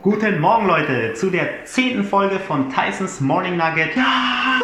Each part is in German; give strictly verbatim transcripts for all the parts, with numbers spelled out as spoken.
Guten Morgen Leute, zu der zehnten Folge von Tysons Morning Nugget. Ja!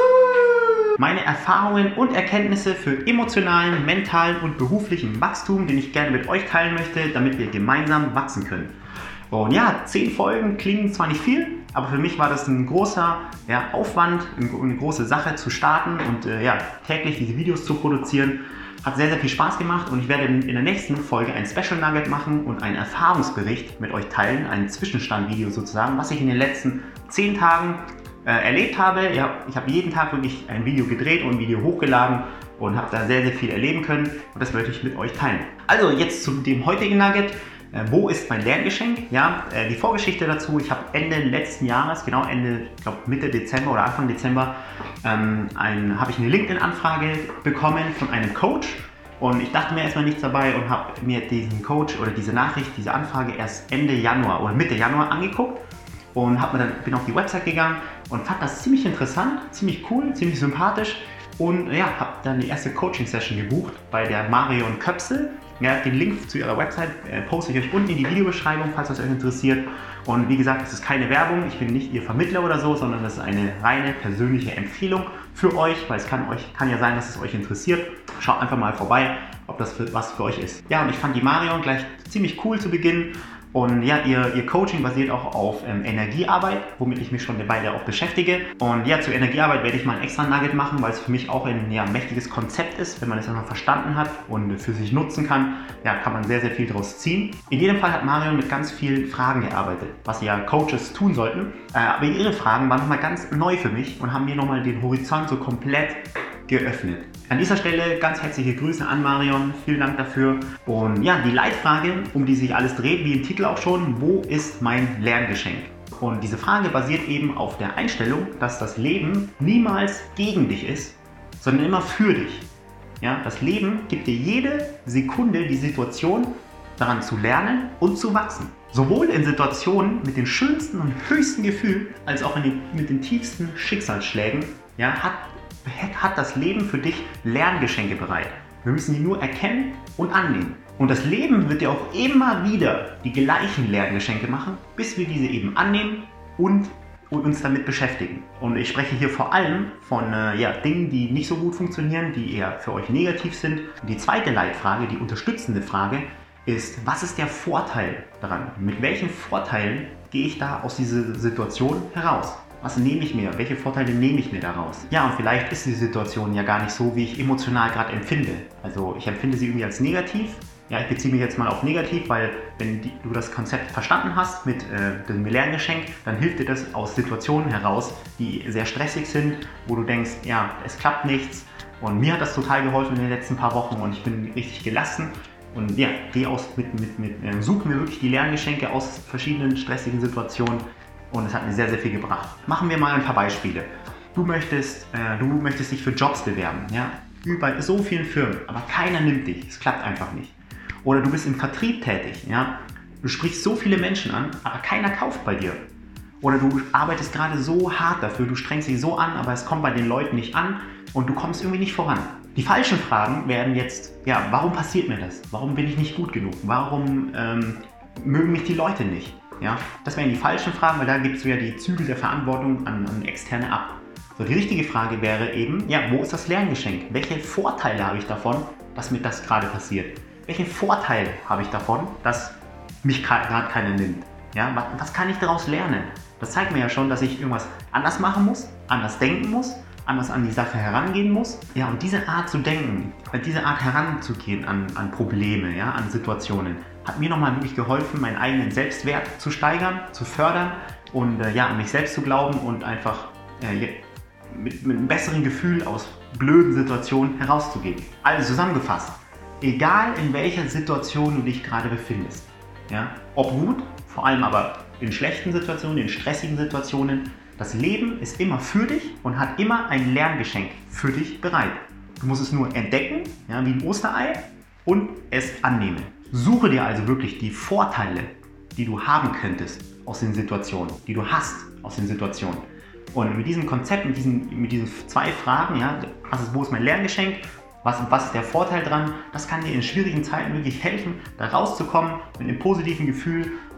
Meine Erfahrungen und Erkenntnisse für emotionalen, mentalen und beruflichen Wachstum, den ich gerne mit euch teilen möchte, damit wir gemeinsam wachsen können. Und ja, zehn Folgen klingen zwar nicht viel, aber für mich war das ein großer ja, Aufwand, eine große Sache zu starten und äh, ja, täglich diese Videos zu produzieren. Hat sehr, sehr viel Spaß gemacht und ich werde in der nächsten Folge ein Special Nugget machen und einen Erfahrungsbericht mit euch teilen, ein Zwischenstandvideo sozusagen, was ich in den letzten zehn Tagen äh, erlebt habe. Ja, ich habe jeden Tag wirklich ein Video gedreht und ein Video hochgeladen und habe da sehr, sehr viel erleben können und das möchte ich mit euch teilen. Also jetzt zu dem heutigen Nugget. Äh, wo ist mein Lerngeschenk? Ja, äh, die Vorgeschichte dazu, ich habe Ende letzten Jahres, genau Ende, ich glaube Mitte Dezember oder Anfang Dezember, ähm, ein, habe ich eine LinkedIn-Anfrage bekommen von einem Coach und ich dachte mir erstmal nichts dabei und habe mir diesen Coach oder diese Nachricht, diese Anfrage erst Ende Januar oder Mitte Januar angeguckt und hab mir dann, bin auf die Website gegangen und fand das ziemlich interessant, ziemlich cool, ziemlich sympathisch und ja, habe dann die erste Coaching-Session gebucht bei der Marion Köpsel. Ja, den Link zu ihrer Website äh, poste ich euch unten in die Videobeschreibung, falls das euch interessiert. Und wie gesagt, es ist keine Werbung, ich bin nicht ihr Vermittler oder so, sondern das ist eine reine persönliche Empfehlung für euch, weil es kann, euch, kann ja sein, dass es euch interessiert. Schaut einfach mal vorbei, ob das für, was für euch ist. Ja, und ich fand die Marion gleich ziemlich cool zu Beginn. Und ja, ihr, ihr Coaching basiert auch auf ähm, Energiearbeit, womit ich mich schon eine Weile auch beschäftige. Und ja, zur Energiearbeit werde ich mal ein extra Nugget machen, weil es für mich auch ein ja, mächtiges Konzept ist. Wenn man es einmal verstanden hat und für sich nutzen kann, ja, kann man sehr, sehr viel daraus ziehen. In jedem Fall hat Marion mit ganz vielen Fragen gearbeitet, was ja Coaches tun sollten. Äh, aber ihre Fragen waren nochmal ganz neu für mich und haben mir nochmal den Horizont so komplett geöffnet. An dieser Stelle ganz herzliche Grüße an Marion, vielen Dank dafür. Und ja, die Leitfrage, um die sich alles dreht, wie im Titel auch schon, wo ist mein Lerngeschenk? Und diese Frage basiert eben auf der Einstellung, dass das Leben niemals gegen dich ist, sondern immer für dich. Ja, das Leben gibt dir jede Sekunde die Situation, daran zu lernen und zu wachsen. Sowohl in Situationen mit den schönsten und höchsten Gefühlen, als auch in den, mit den tiefsten Schicksalsschlägen, ja, hat hat das Leben für dich Lerngeschenke bereit. Wir müssen die nur erkennen und annehmen. Und das Leben wird dir auch immer wieder die gleichen Lerngeschenke machen, bis wir diese eben annehmen und, und uns damit beschäftigen. Und ich spreche hier vor allem von äh, ja, Dingen, die nicht so gut funktionieren, die eher für euch negativ sind. Und die zweite Leitfrage, die unterstützende Frage, ist, was ist der Vorteil daran? Mit welchen Vorteilen gehe ich da aus dieser Situation heraus? Was nehme ich mir? Welche Vorteile nehme ich mir daraus? Ja, und vielleicht ist die Situation ja gar nicht so, wie ich emotional gerade empfinde. Also ich empfinde sie irgendwie als negativ. Ja, ich beziehe mich jetzt mal auf negativ, weil wenn die, du das Konzept verstanden hast mit äh, dem Lerngeschenk, dann hilft dir das aus Situationen heraus, die sehr stressig sind, wo du denkst, ja, es klappt nichts. Und mir hat das total geholfen in den letzten paar Wochen und ich bin richtig gelassen. Und ja, geh aus mit, mit, mit, äh, suche mir wirklich die Lerngeschenke aus verschiedenen stressigen Situationen. Und es hat mir sehr, sehr viel gebracht. Machen wir mal ein paar Beispiele. Du möchtest, äh, du möchtest dich für Jobs bewerben, ja? Bei so vielen Firmen, aber keiner nimmt dich. Es klappt einfach nicht. Oder du bist im Vertrieb tätig, ja? Du sprichst so viele Menschen an, aber keiner kauft bei dir. Oder du arbeitest gerade so hart dafür, du strengst dich so an, aber es kommt bei den Leuten nicht an und du kommst irgendwie nicht voran. Die falschen Fragen werden jetzt, ja, warum passiert mir das? Warum bin ich nicht gut genug? Warum ähm, mögen mich die Leute nicht? Ja, das wären die falschen Fragen, weil da gibst du ja die Zügel der Verantwortung an, an Externe ab. So, die richtige Frage wäre eben, ja, wo ist das Lerngeschenk? Welche Vorteile habe ich davon, dass mir das gerade passiert? Welchen Vorteil habe ich davon, dass mich gerade keiner nimmt? Ja, was, was kann ich daraus lernen? Das zeigt mir ja schon, dass ich irgendwas anders machen muss, anders denken muss, anders an die Sache herangehen muss. Ja, und diese Art zu denken, diese Art heranzugehen an, an Probleme, ja, an Situationen, hat mir nochmal wirklich geholfen, meinen eigenen Selbstwert zu steigern, zu fördern und äh, ja, an mich selbst zu glauben und einfach äh, mit, mit einem besseren Gefühl aus blöden Situationen herauszugehen. Also zusammengefasst, egal in welcher Situation du dich gerade befindest, ja, ob gut, vor allem aber in schlechten Situationen, in stressigen Situationen, das Leben ist immer für dich und hat immer ein Lerngeschenk für dich bereit. Du musst es nur entdecken, ja, wie ein Osterei, und es annehmen. Suche dir also wirklich die Vorteile, die du haben könntest aus den Situationen, die du hast aus den Situationen. Und mit diesem Konzept, mit diesen, mit diesen zwei Fragen, ja, was ist, wo ist mein Lerngeschenk, was, was ist der Vorteil dran, das kann dir in schwierigen Zeiten wirklich helfen, da rauszukommen mit einem positiven Gefühl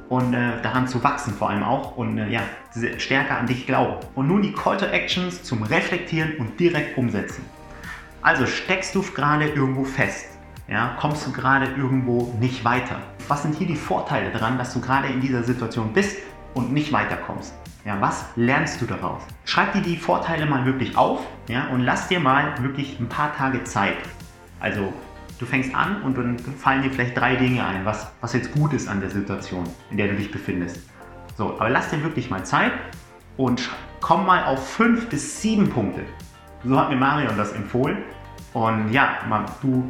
und äh, daran zu wachsen vor allem auch und äh, ja, stärker an dich glauben. Und nun die Call to Actions zum Reflektieren und direkt umsetzen. Also steckst du gerade irgendwo fest? Ja, kommst du gerade irgendwo nicht weiter? Was sind hier die Vorteile daran, dass du gerade in dieser Situation bist und nicht weiterkommst? Ja, was lernst du daraus? Schreib dir die Vorteile mal wirklich auf, ja, und lass dir mal wirklich ein paar Tage Zeit. Also du fängst an und dann fallen dir vielleicht drei Dinge ein, was, was jetzt gut ist an der Situation, in der du dich befindest. So, aber lass dir wirklich mal Zeit und komm mal auf fünf bis sieben Punkte. So hat mir Marion das empfohlen. Und ja, man, du,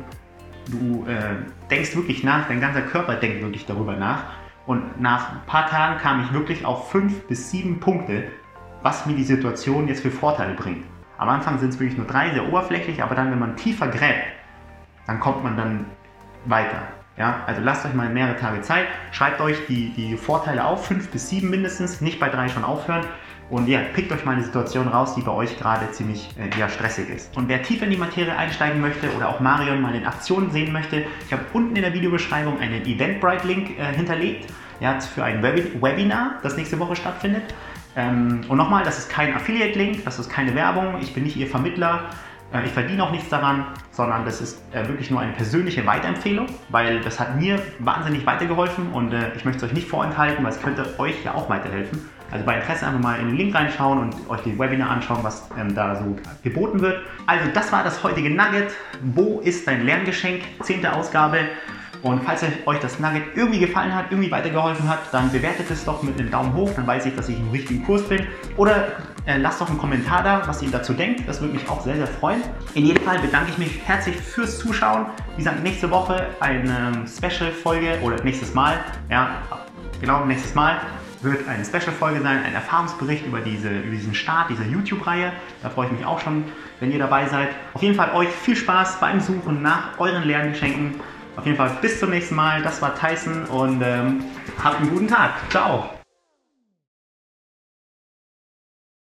du äh, denkst wirklich nach, dein ganzer Körper denkt wirklich darüber nach. Und nach ein paar Tagen kam ich wirklich auf fünf bis sieben Punkte, was mir die Situation jetzt für Vorteile bringt. Am Anfang sind es wirklich nur drei, sehr oberflächlich, aber dann, wenn man tiefer gräbt, dann kommt man dann weiter. Ja? Also lasst euch mal mehrere Tage Zeit, schreibt euch die, die Vorteile auf, fünf bis sieben mindestens, nicht bei drei schon aufhören. Und ja, pickt euch mal eine Situation raus, die bei euch gerade ziemlich äh, ja, stressig ist. Und wer tiefer in die Materie einsteigen möchte oder auch Marion mal in Aktion sehen möchte, ich habe unten in der Videobeschreibung einen Eventbrite-Link äh, hinterlegt, ja, für ein Web Webinar, das nächste Woche stattfindet. Ähm, und nochmal, das ist kein Affiliate-Link, das ist keine Werbung, ich bin nicht Ihr Vermittler. Ich verdiene auch nichts daran, sondern das ist äh, wirklich nur eine persönliche Weiterempfehlung, weil das hat mir wahnsinnig weitergeholfen und äh, ich möchte es euch nicht vorenthalten, weil es könnte euch ja auch weiterhelfen. Also bei Interesse einfach mal in den Link reinschauen und euch die Webinar anschauen, was ähm, da so geboten wird. Also das war das heutige Nugget. Wo ist dein Lerngeschenk? Zehnte Ausgabe. Und falls euch das Nugget irgendwie gefallen hat, irgendwie weitergeholfen hat, dann bewertet es doch mit einem Daumen hoch, dann weiß ich, dass ich im richtigen Kurs bin. Oder äh, lasst doch einen Kommentar da, was ihr dazu denkt, das würde mich auch sehr, sehr freuen. In jedem Fall bedanke ich mich herzlich fürs Zuschauen. Wie gesagt, nächste Woche eine Special-Folge oder nächstes Mal, ja, genau, nächstes Mal wird eine Special-Folge sein, ein Erfahrungsbericht über, diese, über diesen Start dieser YouTube-Reihe. Da freue ich mich auch schon, wenn ihr dabei seid. Auf jeden Fall euch viel Spaß beim Suchen nach euren Lerngeschenken. Auf jeden Fall bis zum nächsten Mal. Das war Tyson und ähm, habt einen guten Tag. Ciao.